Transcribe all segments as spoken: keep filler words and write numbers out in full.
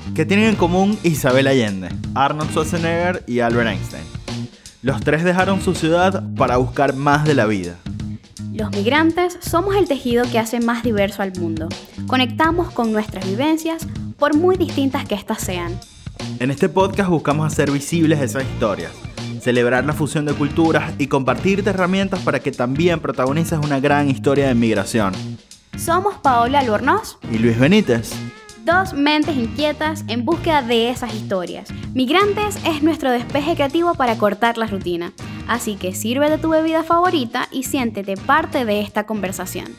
¿Qué tienen en común Isabel Allende, Arnold Schwarzenegger y Albert Einstein? Los tres dejaron su ciudad para buscar más de la vida. Los migrantes somos el tejido que hace más diverso al mundo. Conectamos con nuestras vivencias, por muy distintas que éstas sean. En este podcast buscamos hacer visibles esas historias, celebrar la fusión de culturas y compartirte herramientas para que también protagonices una gran historia de migración. Somos Paola Albornoz y Luis Benítez. Dos mentes inquietas en búsqueda de esas historias. Migrantes es nuestro despeje creativo para cortar la rutina. Así que sirve de tu bebida favorita y siéntete parte de esta conversación.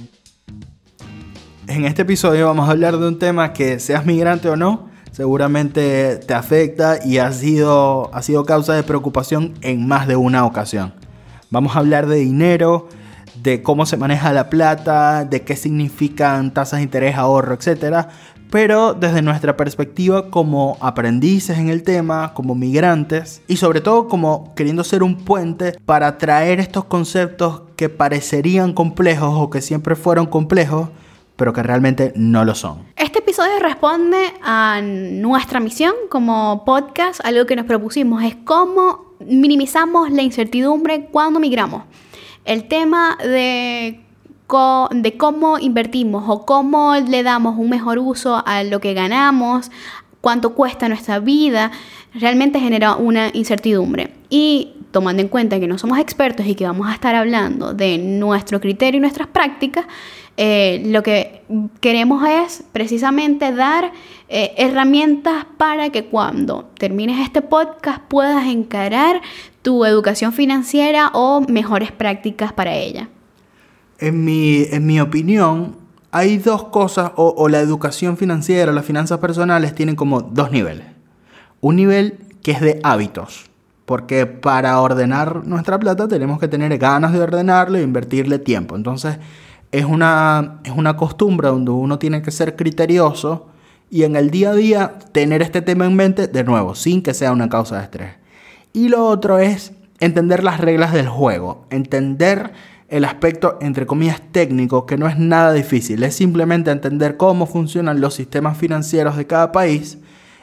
En este episodio vamos a hablar de un tema que, seas migrante o no, seguramente te afecta y ha sido, ha sido causa de preocupación en más de una ocasión. Vamos a hablar de dinero, de cómo se maneja la plata, de qué significan tasas de interés, ahorro, etcétera. Pero desde nuestra perspectiva como aprendices en el tema, como migrantes y sobre todo como queriendo ser un puente para traer estos conceptos que parecerían complejos o que siempre fueron complejos, pero que realmente no lo son. Este episodio responde a nuestra misión como podcast. Algo que nos propusimos es cómo minimizamos la incertidumbre cuando migramos. El tema de de cómo invertimos o cómo le damos un mejor uso a lo que ganamos, cuánto cuesta nuestra vida, realmente genera una incertidumbre. Y tomando en cuenta que no somos expertos y que vamos a estar hablando de nuestro criterio y nuestras prácticas, eh, lo que queremos es precisamente dar eh, herramientas para que cuando termines este podcast puedas encarar tu educación financiera o mejores prácticas para ella. En mi, en mi opinión, hay dos cosas, o, o la educación financiera, las finanzas personales tienen como dos niveles. Un nivel que es de hábitos, porque para ordenar nuestra plata tenemos que tener ganas de ordenarlo e invertirle tiempo. Entonces, es una, es una costumbre donde uno tiene que ser criterioso y en el día a día tener este tema en mente, de nuevo, sin que sea una causa de estrés. Y lo otro es entender las reglas del juego, entender el aspecto, entre comillas, técnico, que no es nada difícil. Es simplemente entender cómo funcionan los sistemas financieros de cada país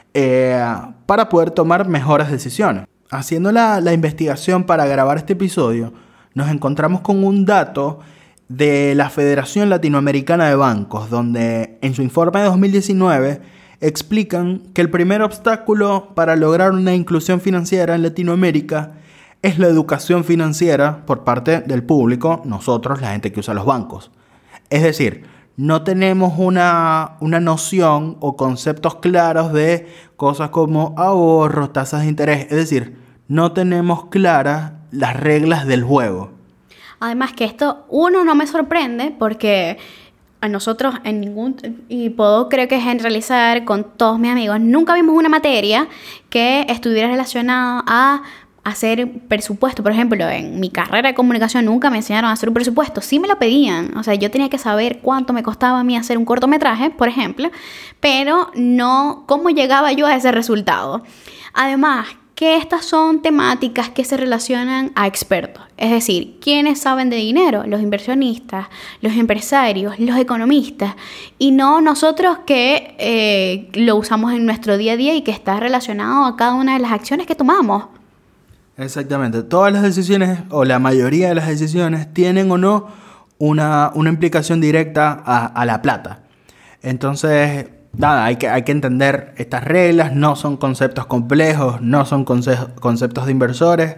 eh, para poder tomar mejores decisiones. Haciendo la, la investigación para grabar este episodio, nos encontramos con un dato de la Federación Latinoamericana de Bancos, donde en su informe de dos mil diecinueve explican que el primer obstáculo para lograr una inclusión financiera en Latinoamérica es la educación financiera por parte del público, nosotros, la gente que usa los bancos. Es decir, no tenemos una, una noción o conceptos claros de cosas como ahorros, tasas de interés. Es decir, no tenemos claras las reglas del juego. Además que esto, uno, no me sorprende porque a nosotros en ningún, y puedo creo que generalizar con todos mis amigos, nunca vimos una materia que estuviera relacionada a hacer presupuesto. Por ejemplo, en mi carrera de comunicación nunca me enseñaron a hacer un presupuesto. Sí me lo pedían. O sea, yo tenía que saber cuánto me costaba a mí hacer un cortometraje, por ejemplo, pero no cómo llegaba yo a ese resultado. Además, que estas son temáticas que se relacionan a expertos. Es decir, ¿quiénes saben de dinero? Los inversionistas, los empresarios, los economistas, y no nosotros que eh, lo usamos en nuestro día a día y que está relacionado a cada una de las acciones que tomamos. Exactamente. Todas las decisiones, o la mayoría de las decisiones, tienen o no una, una implicación directa a, a la plata. Entonces, nada, hay que, hay que entender estas reglas. No son conceptos complejos, no son conce- conceptos de inversores.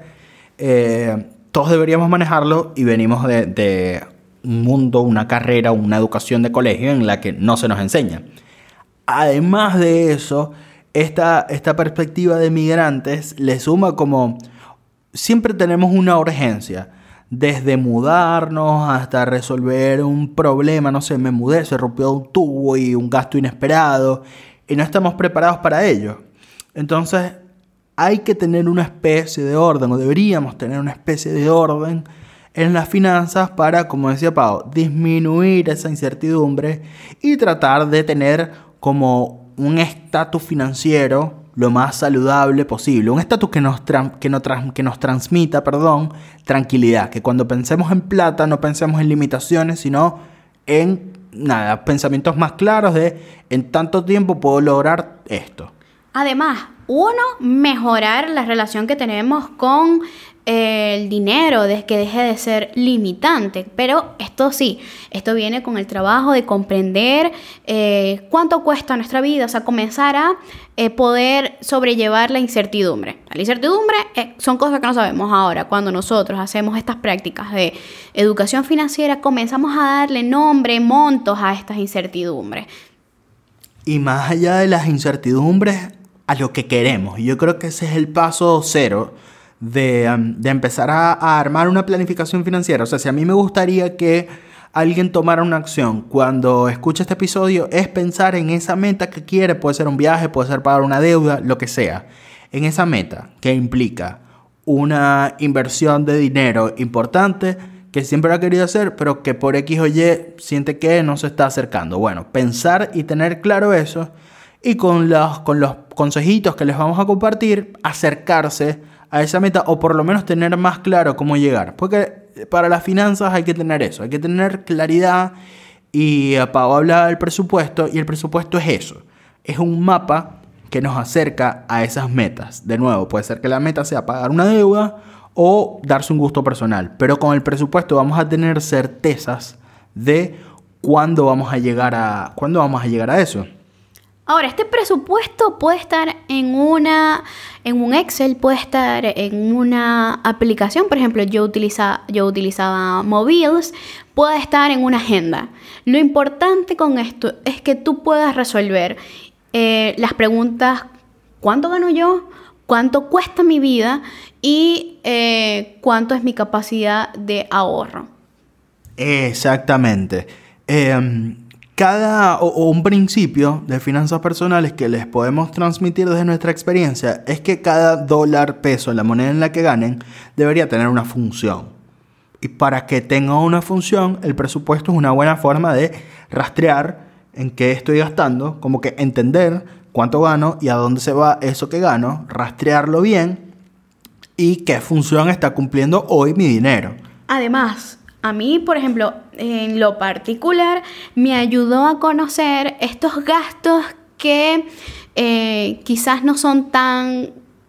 Eh, todos deberíamos manejarlo y venimos de, de un mundo, una carrera, una educación de colegio en la que no se nos enseña. Además de eso, esta, esta perspectiva de migrantes le suma como... Siempre tenemos una urgencia, desde mudarnos hasta resolver un problema, no sé, me mudé, se rompió un tubo y un gasto inesperado y no estamos preparados para ello. Entonces hay que tener una especie de orden, o deberíamos tener una especie de orden en las finanzas para, como decía Pau, disminuir esa incertidumbre y tratar de tener como un estatus financiero lo más saludable posible. Un estatus que nos, tra- que, no tra- que nos transmita perdón, tranquilidad. Que cuando pensemos en plata no pensemos en limitaciones, sino en nada, pensamientos más claros de en tanto tiempo puedo lograr esto. Además, uno, mejorar la relación que tenemos con eh, el dinero, de que deje de ser limitante. Pero esto sí, esto viene con el trabajo de comprender eh, cuánto cuesta nuestra vida, o sea, comenzar a eh, poder sobrellevar la incertidumbre. La incertidumbre eh, son cosas que no sabemos ahora. Cuando nosotros hacemos estas prácticas de educación financiera, comenzamos a darle nombre, montos a estas incertidumbres. Y más allá de las incertidumbres, a lo que queremos. Yo creo que ese es el paso cero de, um, de empezar a, a armar una planificación financiera. O sea, si a mí me gustaría que alguien tomara una acción cuando escuche este episodio, es pensar en esa meta que quiere. Puede ser un viaje, puede ser pagar una deuda, lo que sea. En esa meta que implica una inversión de dinero importante que siempre ha querido hacer, pero que por X o Y siente que no se está acercando. Bueno, pensar y tener claro eso. Y con los, con los consejitos que les vamos a compartir, acercarse a esa meta o por lo menos tener más claro cómo llegar. Porque para las finanzas hay que tener eso, hay que tener claridad. Y Pau habla del presupuesto y el presupuesto es eso. Es un mapa que nos acerca a esas metas. De nuevo, puede ser que la meta sea pagar una deuda o darse un gusto personal. Pero con el presupuesto vamos a tener certezas de cuándo vamos a llegar a, cuándo vamos a llegar a eso. Ahora, este presupuesto puede estar en una, en un Excel, puede estar en una aplicación. Por ejemplo, yo, utiliza, yo utilizaba Mobiles, puede estar en una agenda. Lo importante con esto es que tú puedas resolver eh, las preguntas: ¿cuánto gano yo? ¿Cuánto cuesta mi vida? Y eh, ¿cuánto es mi capacidad de ahorro? Exactamente. Eh, Cada, o, o un principio de finanzas personales que les podemos transmitir desde nuestra experiencia es que cada dólar, peso, la moneda en la que ganen, debería tener una función. Y para que tenga una función, el presupuesto es una buena forma de rastrear en qué estoy gastando, como que entender cuánto gano y a dónde se va eso que gano, rastrearlo bien y qué función está cumpliendo hoy mi dinero. Además, a mí, por ejemplo, en lo particular, me ayudó a conocer estos gastos que eh, quizás no son tan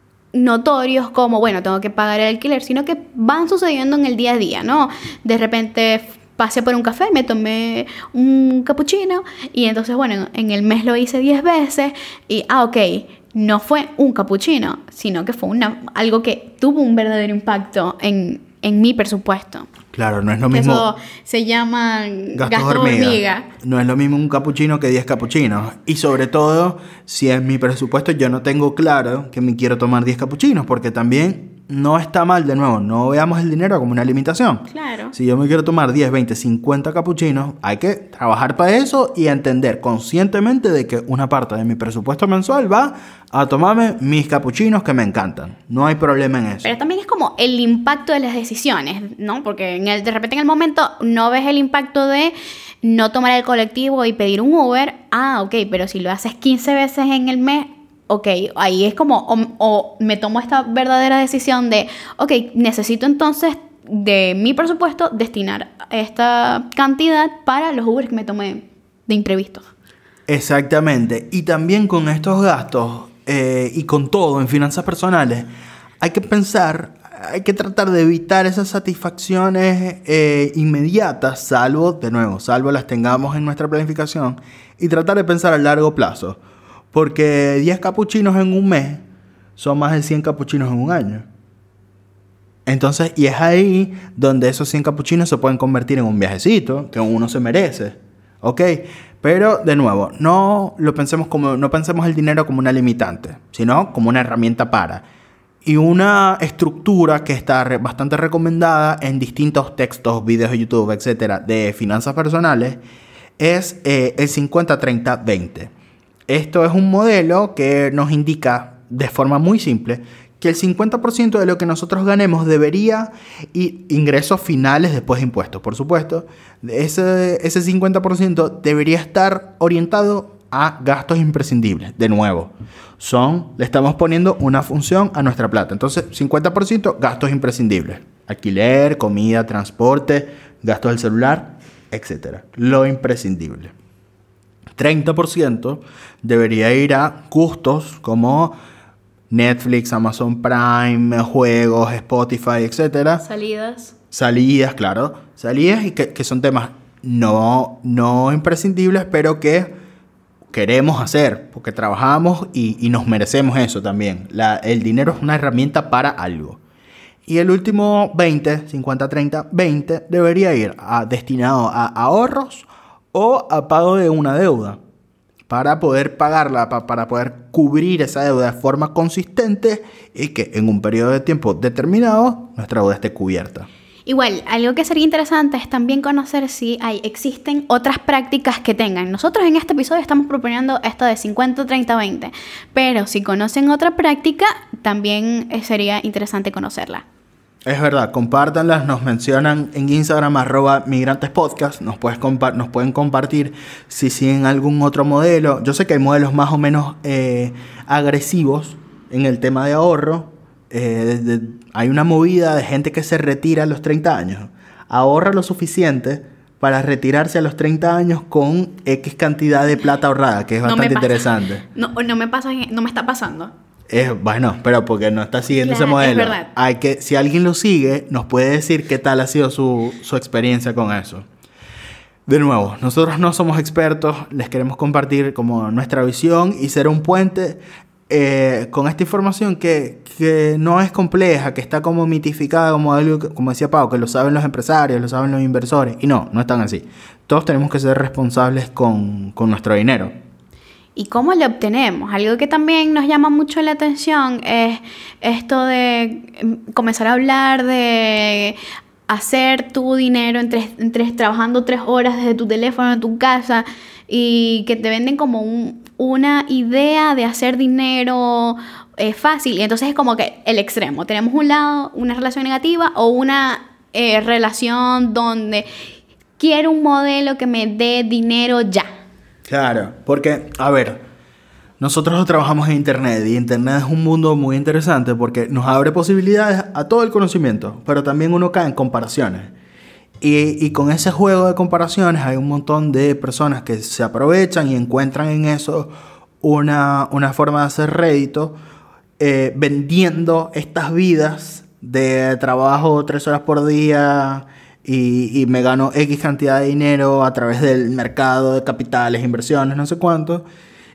notorios como, bueno, tengo que pagar el alquiler, sino que van sucediendo en el día a día, ¿no? De repente pasé por un café, me tomé un cappuccino y entonces, bueno, en el mes lo hice diez veces y, ah, ok, no fue un cappuccino, sino que fue una, algo que tuvo un verdadero impacto en, en mi presupuesto. Claro, no es lo mismo. Eso se llama gastos gasto hormiga. hormiga. No es lo mismo un capuchino que diez capuchinos. Y sobre todo, si en mi presupuesto yo no tengo claro que me quiero tomar diez capuchinos, porque también no está mal, de nuevo, no veamos el dinero como una limitación. Claro. Si yo me quiero tomar diez, veinte, cincuenta capuchinos, hay que trabajar para eso y entender conscientemente de que una parte de mi presupuesto mensual va a tomarme mis capuchinos que me encantan. No hay problema en eso. Pero también es como el impacto de las decisiones, ¿no? Porque en el, de repente en el momento no ves el impacto de no tomar el colectivo y pedir un Uber. Ah, ok, pero si lo haces quince veces en el mes, ok, ahí es como, o, o me tomo esta verdadera decisión de, ok, necesito entonces de mi presupuesto destinar esta cantidad para los Uber que me tomé de imprevisto. Exactamente. Y también con estos gastos eh, y con todo en finanzas personales, hay que pensar, hay que tratar de evitar esas satisfacciones eh, inmediatas, salvo, de nuevo, salvo las tengamos en nuestra planificación, y tratar de pensar a largo plazo. Porque diez capuchinos en un mes son más de cien capuchinos en un año. Entonces, y es ahí donde esos cien capuchinos se pueden convertir en un viajecito que uno se merece. ¿Ok? Pero, de nuevo, no lo pensemos como, no pensemos el dinero como una limitante, sino como una herramienta para. Y una estructura que está re, bastante recomendada en distintos textos, videos de YouTube, etcétera, de finanzas personales, es eh, el cincuenta treinta veinte. Esto es un modelo que nos indica de forma muy simple que el cincuenta por ciento de lo que nosotros ganemos debería, y ingresos finales después de impuestos, por supuesto, ese, ese cincuenta por ciento debería estar orientado a gastos imprescindibles. De nuevo, son, le estamos poniendo una función a nuestra plata. Entonces, cincuenta por ciento gastos imprescindibles. Alquiler, comida, transporte, gastos del celular, etcétera. Lo imprescindible. treinta por ciento debería ir a gustos como Netflix, Amazon Prime, juegos, Spotify, etcétera. Salidas. Salidas, claro. Salidas y que, que son temas no, no imprescindibles, pero que queremos hacer, porque trabajamos y, y nos merecemos eso también. La, el dinero es una herramienta para algo. Y el último veinte, cincuenta, treinta, veinte debería ir a, destinado a ahorros o a pago de una deuda, para poder pagarla, pa, para poder cubrir esa deuda de forma consistente y que en un periodo de tiempo determinado nuestra deuda esté cubierta. Igual, algo que sería interesante es también conocer si hay, existen otras prácticas que tengan. Nosotros en este episodio estamos proponiendo esto de cincuenta, treinta, veinte, pero si conocen otra práctica, también sería interesante conocerla. Es verdad, compártanlas, nos mencionan en Instagram arroba migrantespodcast, nos, puedes compa- nos pueden compartir si siguen algún otro modelo. Yo sé que hay modelos más o menos eh, agresivos en el tema de ahorro. Eh, de, de, hay una movida de gente que se retira a los treinta años, ahorra lo suficiente para retirarse a los treinta años con X cantidad de plata ahorrada, que es bastante no interesante. No, no me pasa, no me está pasando. Es, bueno, pero porque no está siguiendo claro, ese modelo. Es verdad. Hay que, si alguien lo sigue, nos puede decir qué tal ha sido su, su experiencia con eso. De nuevo, nosotros no somos expertos, les queremos compartir como nuestra visión y ser un puente eh, con esta información que, que no es compleja, que está como mitificada, como algo, que, como decía Pau, que lo saben los empresarios, lo saben los inversores. Y no, no están así. Todos tenemos que ser responsables con, con nuestro dinero. ¿Y cómo lo obtenemos? Algo que también nos llama mucho la atención es esto de comenzar a hablar de hacer tu dinero en tres, en tres, trabajando tres horas desde tu teléfono en tu casa, y que te venden como un, una idea de hacer dinero eh, fácil. Y entonces es como que el extremo. Tenemos un lado una relación negativa o una eh, relación donde quiero un modelo que me dé dinero ya. Claro, porque, a ver, nosotros trabajamos en Internet y Internet es un mundo muy interesante porque nos abre posibilidades a todo el conocimiento, pero también uno cae en comparaciones. Y, y con ese juego de comparaciones hay un montón de personas que se aprovechan y encuentran en eso una, una forma de hacer rédito, eh, vendiendo estas vidas de trabajo tres horas por día. Y, y me gano X cantidad de dinero a través del mercado de capitales, inversiones, no sé cuánto.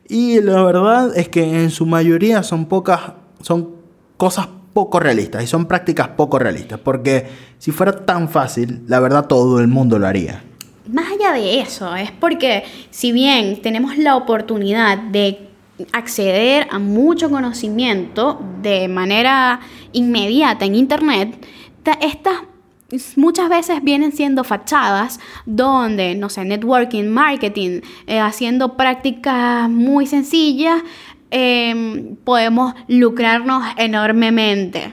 Y la verdad es que en su mayoría son pocas, son cosas poco realistas y son prácticas poco realistas. Porque si fuera tan fácil, la verdad todo el mundo lo haría. Más allá de eso, es porque si bien tenemos la oportunidad de acceder a mucho conocimiento de manera inmediata en Internet, estas muchas veces vienen siendo fachadas donde, no sé, networking, marketing, eh, haciendo prácticas muy sencillas, eh, podemos lucrarnos enormemente.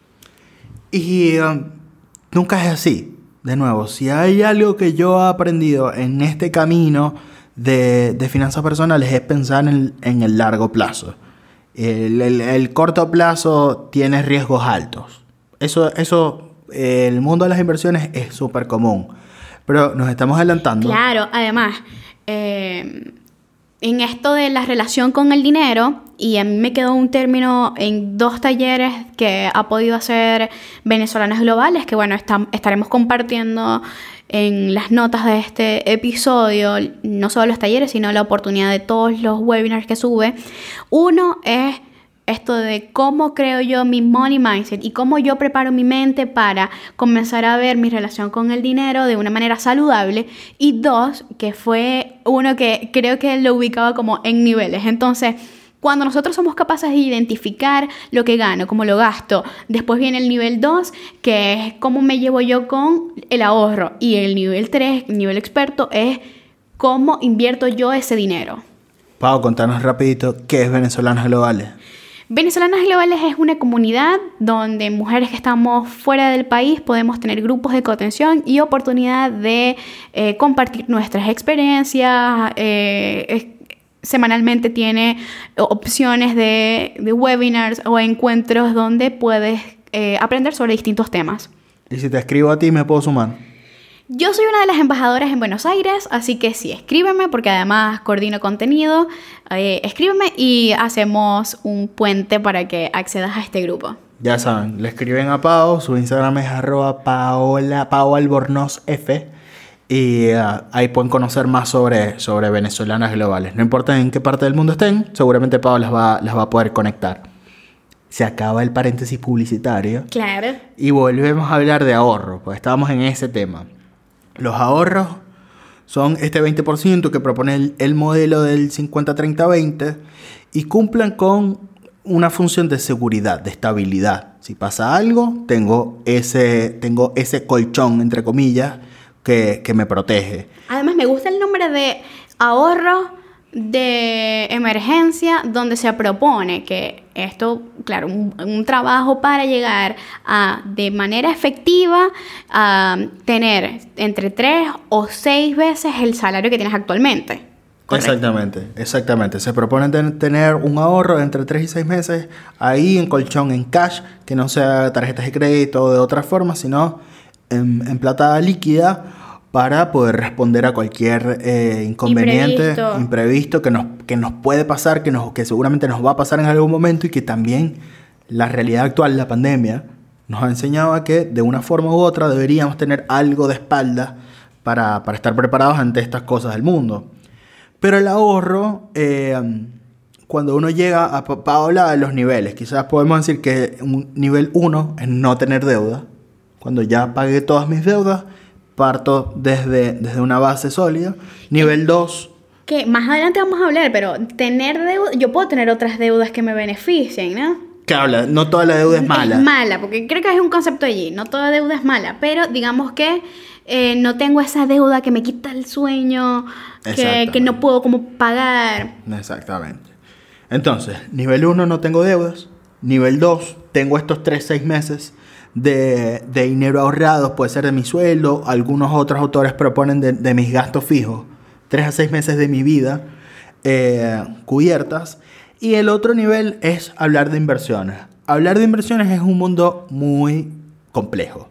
Y uh, nunca es así. De nuevo, si hay algo que yo he aprendido en este camino de, de finanzas personales es pensar en, en el largo plazo. El, el, el corto plazo tiene riesgos altos. Eso, eso el mundo de las inversiones es súper común, pero nos estamos adelantando. Claro, además, eh, en esto de la relación con el dinero, y a mí me quedó un término en dos talleres que ha podido hacer Venezolanas Globales, que bueno, está, estaremos compartiendo en las notas de este episodio, no solo los talleres, sino la oportunidad de todos los webinars que sube. Uno es esto de cómo creo yo mi money mindset y cómo yo preparo mi mente para comenzar a ver mi relación con el dinero de una manera saludable. Y dos, que fue uno que creo que lo ubicaba como en niveles. Entonces, cuando nosotros somos capaces de identificar lo que gano, cómo lo gasto, después viene el nivel dos, que es cómo me llevo yo con el ahorro. Y el nivel tres, el nivel experto, es cómo invierto yo ese dinero. Pau, contanos rapidito, ¿qué es Venezolanas Globales? Venezolanas Globales es una comunidad donde mujeres que estamos fuera del país podemos tener grupos de contención y oportunidad de eh, compartir nuestras experiencias. Eh, es, semanalmente tiene opciones de, de webinars o encuentros donde puedes eh, aprender sobre distintos temas. ¿Y si te escribo a ti, me puedo sumar? Yo soy una de las embajadoras en Buenos Aires, así que sí, escríbeme porque además coordino contenido. Eh, escríbeme y hacemos un puente para que accedas a este grupo. Ya saben, le escriben a Pao, su Instagram es arroba paola, paoalbornoz f y uh, ahí pueden conocer más sobre, sobre venezolanas globales. No importa en qué parte del mundo estén, seguramente Pao las va, las va a poder conectar. Se acaba el paréntesis publicitario. Claro. Y volvemos a hablar de ahorro, pues estábamos en ese tema. Los ahorros son este veinte por ciento que propone el, el modelo del cincuenta treinta veinte y cumplen con una función de seguridad, de estabilidad. Si pasa algo, tengo ese, tengo ese colchón, entre comillas, que, que me protege. Además, me gusta el nombre de ahorro de emergencia, donde se propone que esto, claro, un, un trabajo para llegar a, de manera efectiva, a tener entre tres o seis veces el salario que tienes actualmente. Correcto. Exactamente, exactamente. Se propone ten- tener un ahorro de entre tres y seis meses ahí en colchón, en cash, que no sea tarjetas de crédito o de otra forma, sino en, en plata líquida para poder responder a cualquier eh, inconveniente, imprevisto, imprevisto que, nos, que nos puede pasar, que, nos, que seguramente nos va a pasar en algún momento y que también la realidad actual, la pandemia, nos ha enseñado a que de una forma u otra deberíamos tener algo de espalda para, para estar preparados ante estas cosas del mundo. Pero el ahorro, eh, cuando uno llega a Paola a los niveles, quizás podemos decir que un nivel uno es no tener deuda. Cuando ya pagué todas mis deudas, parto desde, desde una base sólida. Nivel dos. Que más adelante vamos a hablar, pero tener deuda, yo puedo tener otras deudas que me beneficien, ¿no? Claro, no toda la deuda es mala. Es mala, porque creo que hay un concepto allí, no toda deuda es mala, pero digamos que eh, no tengo esa deuda que me quita el sueño, que, que no puedo como pagar. Exactamente. Entonces, nivel uno no tengo deudas. Nivel dos, tengo estos tres, seis meses de, de dinero ahorrados, puede ser de mi sueldo. Algunos otros autores proponen de, de mis gastos fijos. Tres a seis meses de mi vida eh, cubiertas. Y el otro nivel es hablar de inversiones. Hablar de inversiones es un mundo muy complejo.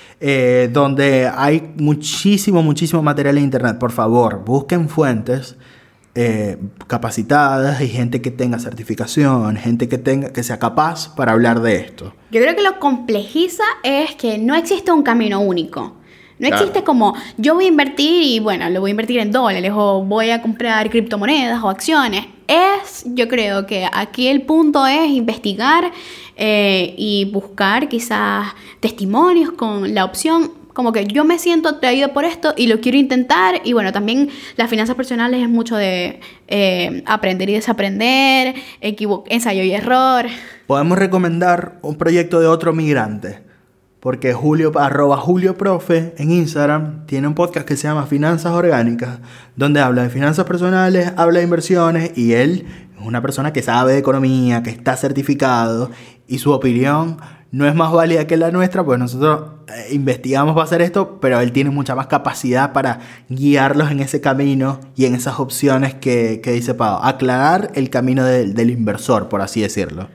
Eh, donde hay muchísimo, muchísimo material en internet. Por favor, busquen fuentes eh, capacitadas y gente que tenga certificación, gente que tenga, que sea capaz para hablar de esto. Yo creo que lo complejiza es que no existe un camino único. No Claro. existe como yo voy a invertir y bueno, lo voy a invertir en dólares o voy a comprar criptomonedas o acciones. Es, yo creo que aquí el punto es investigar eh, y buscar quizás testimonios con la opción como que yo me siento atraído por esto y lo quiero intentar. Y bueno, también las finanzas personales es mucho de eh, aprender y desaprender, equivo- ensayo y error. Podemos recomendar un proyecto de otro migrante. Porque Julio, arroba Julio Profe en Instagram, tiene un podcast que se llama Finanzas Orgánicas, donde habla de finanzas personales, habla de inversiones, y él es una persona que sabe de economía, que está certificado, y su opinión no es más válida que la nuestra, pues nosotros eh, investigamos para hacer esto, pero él tiene mucha más capacidad para guiarlos en ese camino y en esas opciones que, que dice Pau, aclarar el camino de, del inversor, por así decirlo.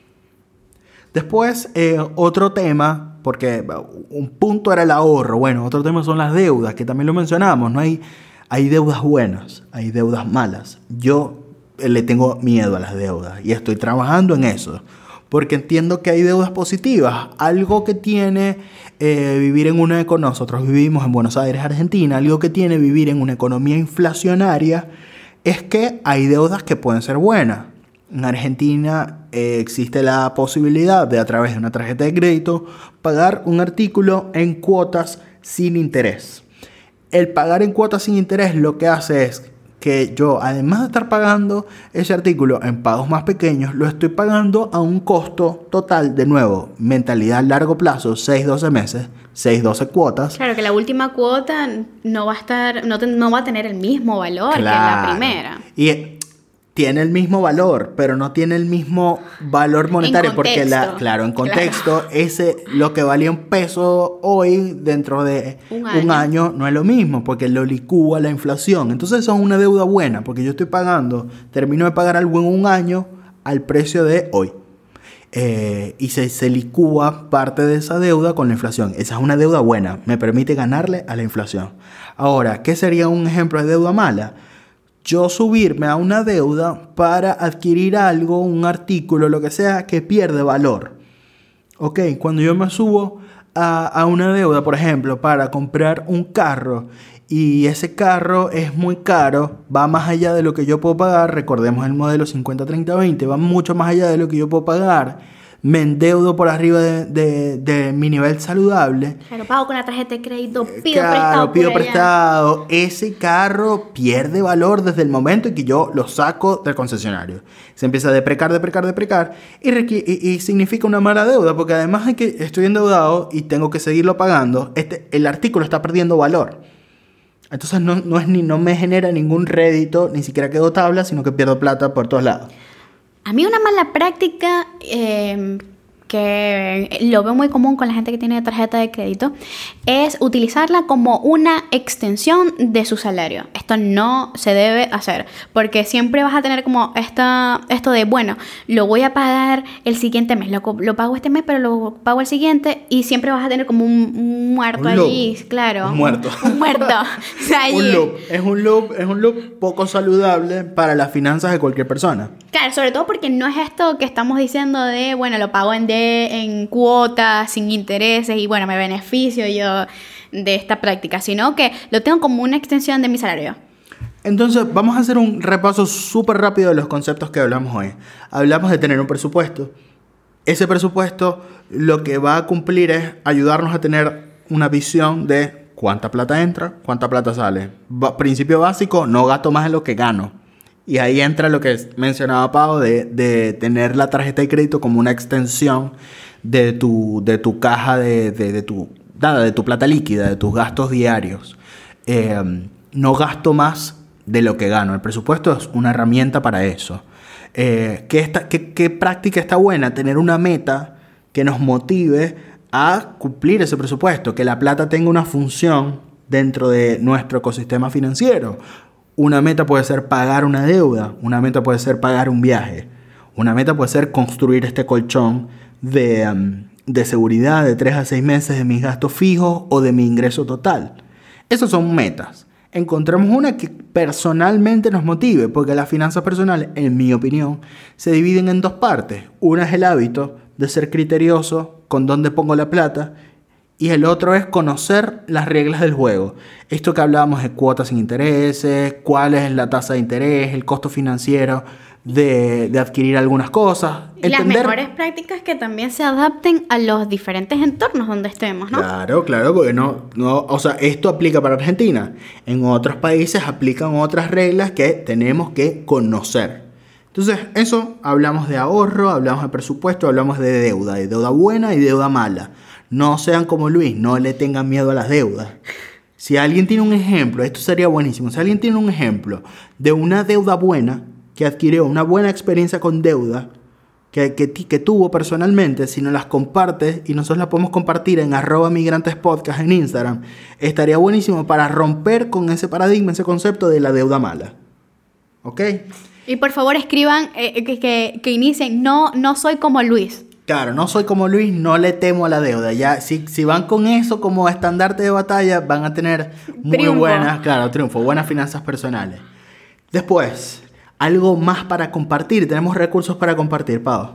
Después, eh, otro tema, porque un punto era el ahorro, bueno, otro tema son las deudas, que también lo mencionamos, ¿no? Hay, hay deudas buenas, hay deudas malas. Yo eh, le tengo miedo a las deudas y estoy trabajando en eso, porque entiendo que hay deudas positivas. Algo que tiene eh, vivir en una economía, nosotros vivimos en Buenos Aires, Argentina, algo que tiene vivir en una economía inflacionaria es que hay deudas que pueden ser buenas. En Argentina eh, existe la posibilidad de, a través de una tarjeta de crédito, pagar un artículo en cuotas sin interés. El pagar en cuotas sin interés lo que hace es que yo, además de estar pagando ese artículo en pagos más pequeños, lo estoy pagando a un costo total, de nuevo, mentalidad a largo plazo, seis a doce meses, seis a doce cuotas. Claro, que la última cuota no va a estar, no, te- no va a tener el mismo valor que la Claro. primera. Y eh, tiene el mismo valor, pero no tiene el mismo valor monetario, En porque la, contexto. claro, en contexto, ese lo que valía un peso hoy dentro de Un un año. año. no es lo mismo, porque lo licúa la inflación. Entonces eso es una deuda buena, porque yo estoy pagando, termino de pagar algo en un año al precio de hoy. eh, y se, se licúa parte de esa deuda con la inflación. Esa es una deuda buena, me permite ganarle a la inflación. Ahora, ¿qué sería un ejemplo de deuda mala? Yo subirme a una deuda para adquirir algo, un artículo, lo que sea, que pierde valor. Ok, cuando yo me subo a, a una deuda, por ejemplo, para comprar un carro y ese carro es muy caro, va más allá de lo que yo puedo pagar, recordemos el modelo cincuenta treinta veinte, va mucho más allá de lo que yo puedo pagar, me endeudo por arriba de, de, de mi nivel saludable. Claro, pago con la tarjeta de crédito, pido claro, prestado. pido por allá. prestado. Ese carro pierde valor desde el momento en que yo lo saco del concesionario. Se empieza a deprecar, deprecar, deprecar y, requ- y, y significa una mala deuda, porque además de que estoy endeudado y tengo que seguirlo pagando, este, el artículo está perdiendo valor. Entonces no, no, es ni, no me genera ningún rédito, ni siquiera quedo tabla, sino que pierdo plata por todos lados. A mí una mala práctica eh, que lo veo muy común con la gente que tiene tarjeta de crédito es utilizarla como una extensión de su salario. Esto no se debe hacer porque siempre vas a tener como esta, esto de, bueno, lo voy a pagar el siguiente mes, lo, lo pago este mes pero lo pago el siguiente y siempre vas a tener como un, un muerto un allí, loop. claro. Un muerto. Un, un muerto. O sea, allí. Un loop. Es un loop, es un loop poco saludable para las finanzas de cualquier persona. Claro, sobre todo porque no es esto que estamos diciendo de, bueno, lo pago en, de, en cuotas, sin intereses y bueno, me beneficio yo de esta práctica, sino que lo tengo como una extensión de mi salario. Entonces, vamos a hacer un repaso súper rápido de los conceptos que hablamos hoy. Hablamos de tener un presupuesto. Ese presupuesto lo que va a cumplir es ayudarnos a tener una visión de cuánta plata entra, cuánta plata sale. Ba- principio básico, no gasto más de lo que gano. Y ahí entra lo que mencionaba Pau de, de tener la tarjeta de crédito como una extensión de tu, de tu caja, de, de, de, tu, nada, de tu plata líquida, de tus gastos diarios. Eh, no gasto más de lo que gano. El presupuesto es una herramienta para eso. Eh, ¿qué, está, qué, ¿Qué práctica está buena? Tener una meta que nos motive a cumplir ese presupuesto. Que la plata tenga una función dentro de nuestro ecosistema financiero. Una meta puede ser pagar una deuda, una meta puede ser pagar un viaje, una meta puede ser construir este colchón de, um, de seguridad de tres a seis meses de mis gastos fijos o de mi ingreso total. Esas son metas. Encontremos una que personalmente nos motive, porque las finanzas personales, en mi opinión, se dividen en dos partes. Una es el hábito de ser criterioso con dónde pongo la plata, y el otro es conocer las reglas del juego. Esto que hablábamos de cuotas sin intereses, cuál es la tasa de interés, el costo financiero de, de adquirir algunas cosas. Y las mejores prácticas que también se adapten a los diferentes entornos donde estemos, ¿no? Claro, claro, porque no, no, o sea, esto aplica para Argentina. En otros países aplican otras reglas que tenemos que conocer. Entonces, eso, hablamos de ahorro, hablamos de presupuesto, hablamos de deuda, de deuda buena y deuda mala. No sean como Luis, no le tengan miedo a las deudas. Si alguien tiene un ejemplo, esto sería buenísimo, si alguien tiene un ejemplo de una deuda buena, que adquirió una buena experiencia con deuda, que, que, que tuvo personalmente, si nos las comparte y nosotros las podemos compartir en arroba migrantespodcast en Instagram, estaría buenísimo para romper con ese paradigma, ese concepto de la deuda mala. ¿Ok? Y por favor escriban eh, que, que, que inicien, no, no soy como Luis. Claro, no soy como Luis, no le temo a la deuda. Ya, si, si van con eso como estandarte de batalla, van a tener muy Triunfo. buenas, claro, triunfo, buenas finanzas personales. Después, algo más para compartir. Tenemos recursos para compartir, Pau.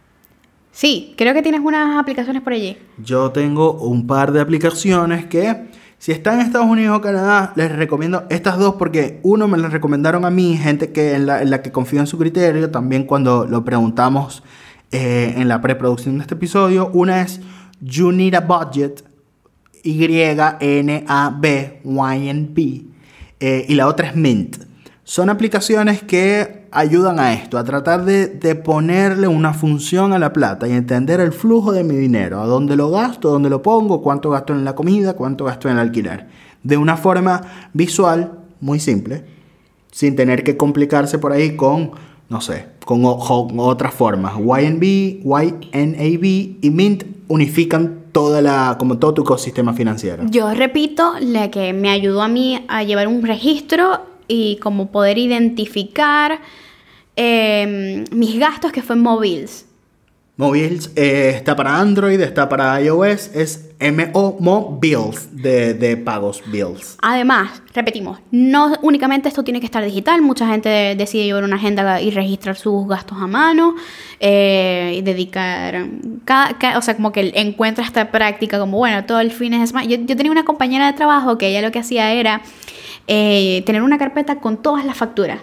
Sí, creo que tienes unas aplicaciones por allí. Yo tengo un par de aplicaciones que, si están en Estados Unidos o Canadá, les recomiendo estas dos porque uno me las recomendaron a mí, gente que en la, en la que confío en su criterio, también cuando lo preguntamos eh, en la preproducción de este episodio. Una es You Need a Budget, Y N A B Y N P, eh, y la otra es Mint. Son aplicaciones que ayudan a esto, a tratar de, de ponerle una función a la plata y entender el flujo de mi dinero, a dónde lo gasto, dónde lo pongo, cuánto gasto en la comida, cuánto gasto en el alquiler. De una forma visual, muy simple, sin tener que complicarse por ahí con, no sé, con, o, con otras formas. Y N B, Y N A B y Mint unifican toda la, como todo tu ecosistema financiero. Yo repito, la que me ayudó a mí a llevar un registro y como poder identificar eh, mis gastos, que fue Mobiles. Mobiles eh, está para Android, está para iOS, es M O Mobiles de, de pagos, Bills. Además, repetimos, no únicamente esto tiene que estar digital. Mucha gente decide llevar una agenda y registrar sus gastos a mano, eh, y dedicar, cada, cada, o sea, como que encuentra esta práctica como, bueno, todo el fin de semana. Yo, yo tenía una compañera de trabajo que ella lo que hacía era eh, tener una carpeta con todas las facturas.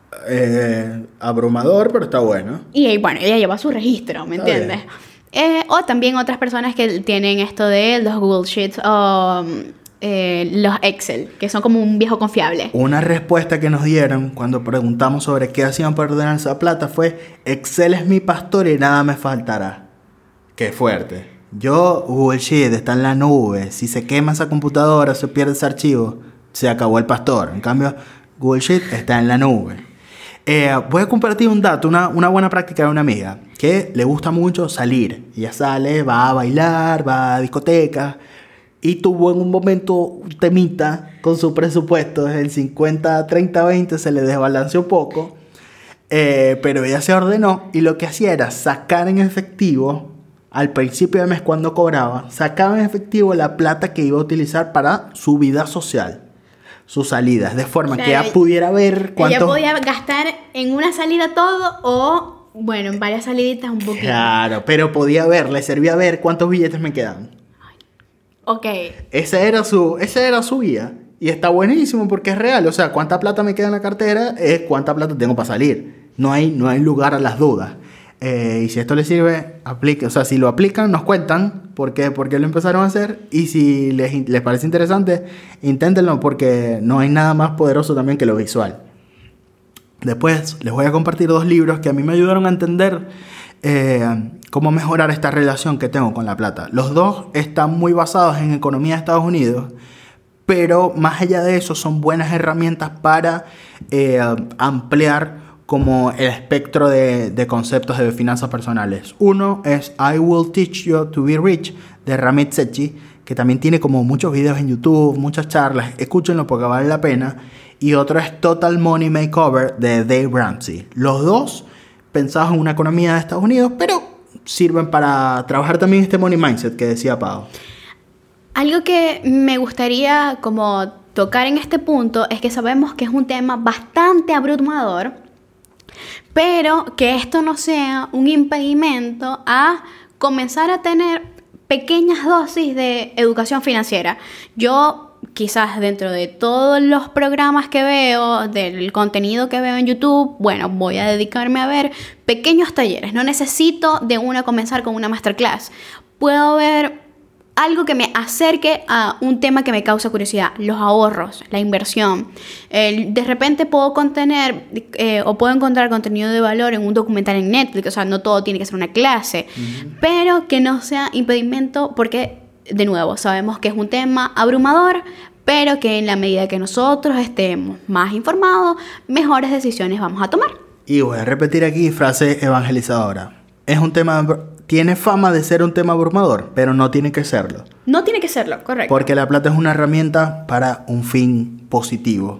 Eh, abrumador, pero está bueno. Y bueno, ella lleva su registro, ¿me Está entiendes? Eh, o también otras personas que tienen esto de los Google Sheets o eh, los Excel, que son como un viejo confiable. Una respuesta que nos dieron cuando preguntamos sobre qué hacían para ordenar esa plata fue: Excel es mi pastor y nada me faltará. Qué fuerte. Yo, Google Sheet está en la nube. Si se quema esa computadora, se pierde ese archivo, se acabó el pastor. En cambio, Google Sheet está en la nube. Eh, voy a compartir un dato, una, una buena práctica de una amiga que le gusta mucho salir. Ella sale, va a bailar, va a discotecas y tuvo en un momento un temita con su presupuesto. El cincuenta, treinta, veinte se le desbalanceó un poco, eh, pero ella se ordenó y lo que hacía era sacar en efectivo al principio del mes cuando cobraba, sacaba en efectivo la plata que iba a utilizar para su vida social. Sus salidas, de forma O sea, que ella pudiera ver cuánto... Ella podía gastar en una salida todo o, bueno, en varias saliditas un poquito. Claro, pero podía ver, le servía ver cuántos billetes me quedan. Ok. Esa era su, esa era su guía. Y está buenísimo porque es real. O sea, cuánta plata me queda en la cartera es cuánta plata tengo para salir. No hay, no hay lugar a las dudas. Eh, y si esto les sirve, aplique, o sea, si lo aplican, nos cuentan por qué, por qué lo empezaron a hacer. Y si les, les parece interesante, inténtenlo porque no hay nada más poderoso también que lo visual. Después les voy a compartir dos libros que a mí me ayudaron a entender eh, cómo mejorar esta relación que tengo con la plata. Los dos están muy basados en economía de Estados Unidos, pero más allá de eso son buenas herramientas para eh, ampliar como el espectro de, de conceptos de finanzas personales. Uno es I Will Teach You to Be Rich de Ramit Sethi, que también tiene como muchos videos en YouTube, muchas charlas, escúchenlo porque vale la pena. Y otro es Total Money Makeover de Dave Ramsey. Los dos pensados en una economía de Estados Unidos, pero sirven para trabajar también este money mindset que decía Pau. Algo que me gustaría como tocar en este punto es que sabemos que es un tema bastante abrumador, pero que esto no sea un impedimento a comenzar a tener pequeñas dosis de educación financiera. Yo, quizás dentro de todos los programas que veo, del contenido que veo en YouTube, bueno, voy a dedicarme a ver pequeños talleres. No necesito de una comenzar con una masterclass. Puedo ver algo que me acerque a un tema que me causa curiosidad, los ahorros, la inversión. Eh, de repente puedo contener eh, o puedo encontrar contenido de valor en un documental en Netflix, o sea, no todo tiene que ser una clase, uh-huh. Pero que no sea impedimento porque, de nuevo, sabemos que es un tema abrumador, pero que en la medida que nosotros estemos más informados, mejores decisiones vamos a tomar. Y voy a repetir aquí frase evangelizadora. Es un tema... Tiene fama de ser un tema abrumador, pero no tiene que serlo. No tiene que serlo, correcto. Porque la plata es una herramienta para un fin positivo.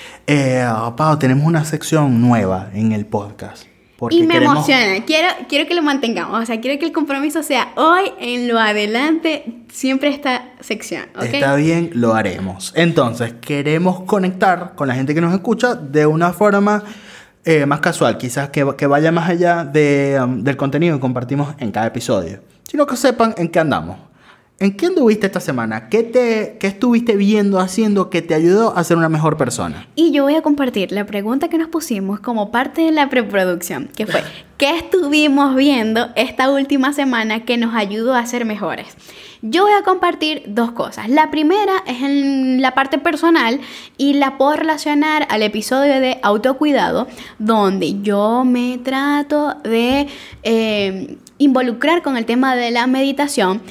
Eh, Pau, tenemos una sección nueva en el podcast. Y me queremos... emociona. Quiero, quiero que lo mantengamos. O sea, quiero que el compromiso sea hoy, en lo adelante, siempre esta sección. ¿Okay? Está bien, lo haremos. Entonces, queremos conectar con la gente que nos escucha de una forma... Eh, más casual, quizás que, que vaya más allá de, um, del contenido que compartimos en cada episodio, sino que sepan en qué andamos. ¿En qué anduviste esta semana? ¿Qué, te, qué estuviste viendo, haciendo que te ayudó a ser una mejor persona? Y yo voy a compartir la pregunta que nos pusimos como parte de la preproducción, que fue, ¿qué estuvimos viendo esta última semana que nos ayudó a ser mejores? Yo voy a compartir dos cosas. La primera es en la parte personal y la puedo relacionar al episodio de autocuidado, donde yo me trato de eh, involucrar con el tema de la meditación.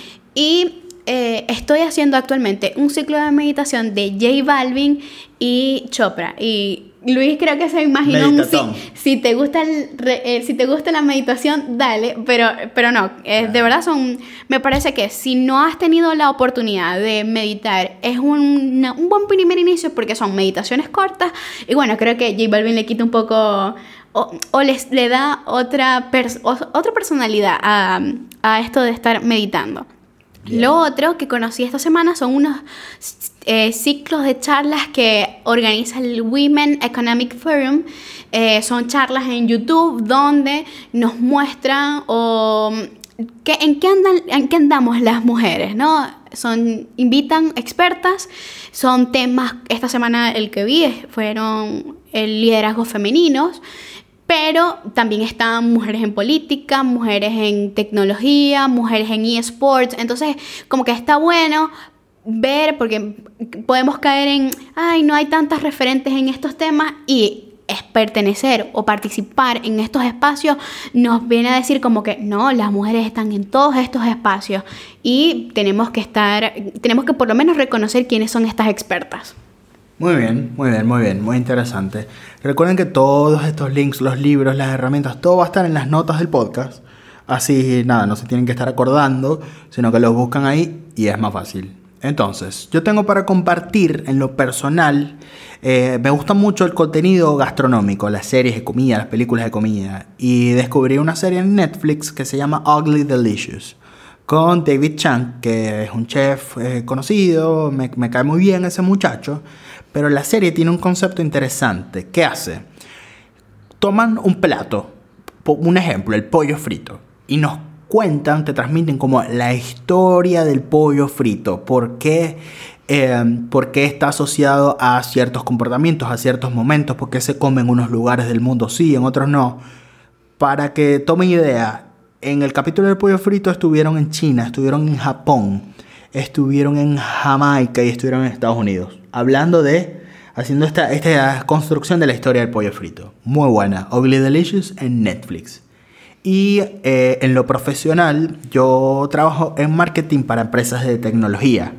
Y eh, estoy haciendo actualmente un ciclo de meditación de J Balvin y Chopra. Y Luis creo que se imaginó un, si, si te gusta el, eh, si te gusta la meditación, dale, pero, pero no, eh, de verdad son, me parece que si no has tenido la oportunidad de meditar, es un, un buen primer inicio porque son meditaciones cortas y bueno, creo que J Balvin le quita un poco... o, o les le da otra, pers- otra personalidad a, a esto de estar meditando. Yeah. Lo otro que conocí esta semana son unos eh, ciclos de charlas que organiza el Women Economic Forum. Eh, son charlas en YouTube donde nos muestran o, que, en, qué andan, en qué andamos las mujeres, ¿no? Son, invitan expertas, son temas, esta semana el que vi fueron el liderazgo femeninos, pero también están mujeres en política, mujeres en tecnología, mujeres en eSports. Entonces, como que está bueno ver, porque podemos caer en, ay, no hay tantas referentes en estos temas, y es pertenecer o participar en estos espacios nos viene a decir como que no, las mujeres están en todos estos espacios y tenemos que estar, tenemos que por lo menos reconocer quiénes son estas expertas. Muy bien, muy bien, muy bien, muy interesante. Recuerden que todos estos links, los libros, las herramientas, todo va a estar en las notas del podcast. Así, nada, no se tienen que estar acordando, sino que los buscan ahí y es más fácil. Entonces, yo tengo para compartir en lo personal, eh, me gusta mucho el contenido gastronómico, las series de comida, las películas de comida. Y descubrí una serie en Netflix que se llama Ugly Delicious, con David Chang, que es un chef eh, conocido, me, me cae muy bien ese muchacho. Pero la serie tiene un concepto interesante. ¿Qué hace? Toman un plato, un ejemplo, el pollo frito, y nos cuentan, te transmiten como la historia del pollo frito, por qué, eh, por qué está asociado a ciertos comportamientos, a ciertos momentos, por qué se come en unos lugares del mundo sí, en otros no. Para que tomen idea, en el capítulo del pollo frito estuvieron en China, estuvieron en Japón, estuvieron en Jamaica y estuvieron en Estados Unidos. Hablando de, haciendo esta, esta construcción de la historia del pollo frito. Muy buena. Ugly Delicious en Netflix. Y eh, en lo profesional, yo trabajo en marketing para empresas de tecnología.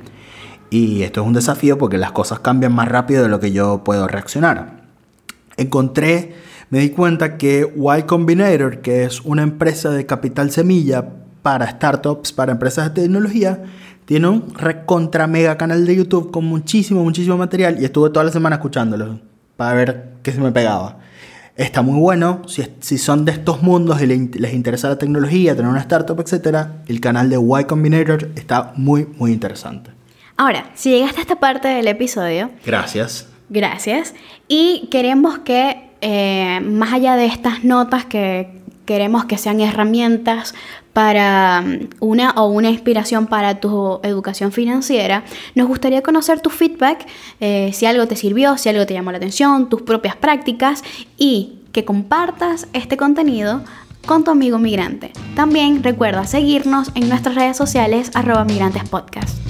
Y esto es un desafío porque las cosas cambian más rápido de lo que yo puedo reaccionar. Encontré, me di cuenta que Y Combinator, que es una empresa de capital semilla para startups, para empresas de tecnología, tiene un recontra mega canal de YouTube con muchísimo, muchísimo material y estuve toda la semana escuchándolo para ver qué se me pegaba. Está muy bueno, si, si son de estos mundos y les, les interesa la tecnología, tener una startup, etcétera, el canal de Y Combinator está muy, muy interesante. Ahora, si llegaste a esta parte del episodio... Gracias. Gracias. Y queremos que, eh, más allá de estas notas que queremos que sean herramientas para una o una inspiración para tu educación financiera, nos gustaría conocer tu feedback, eh, si algo te sirvió, si algo te llamó la atención, tus propias prácticas y que compartas este contenido con tu amigo migrante. También recuerda seguirnos en nuestras redes sociales arroba migrantespodcast.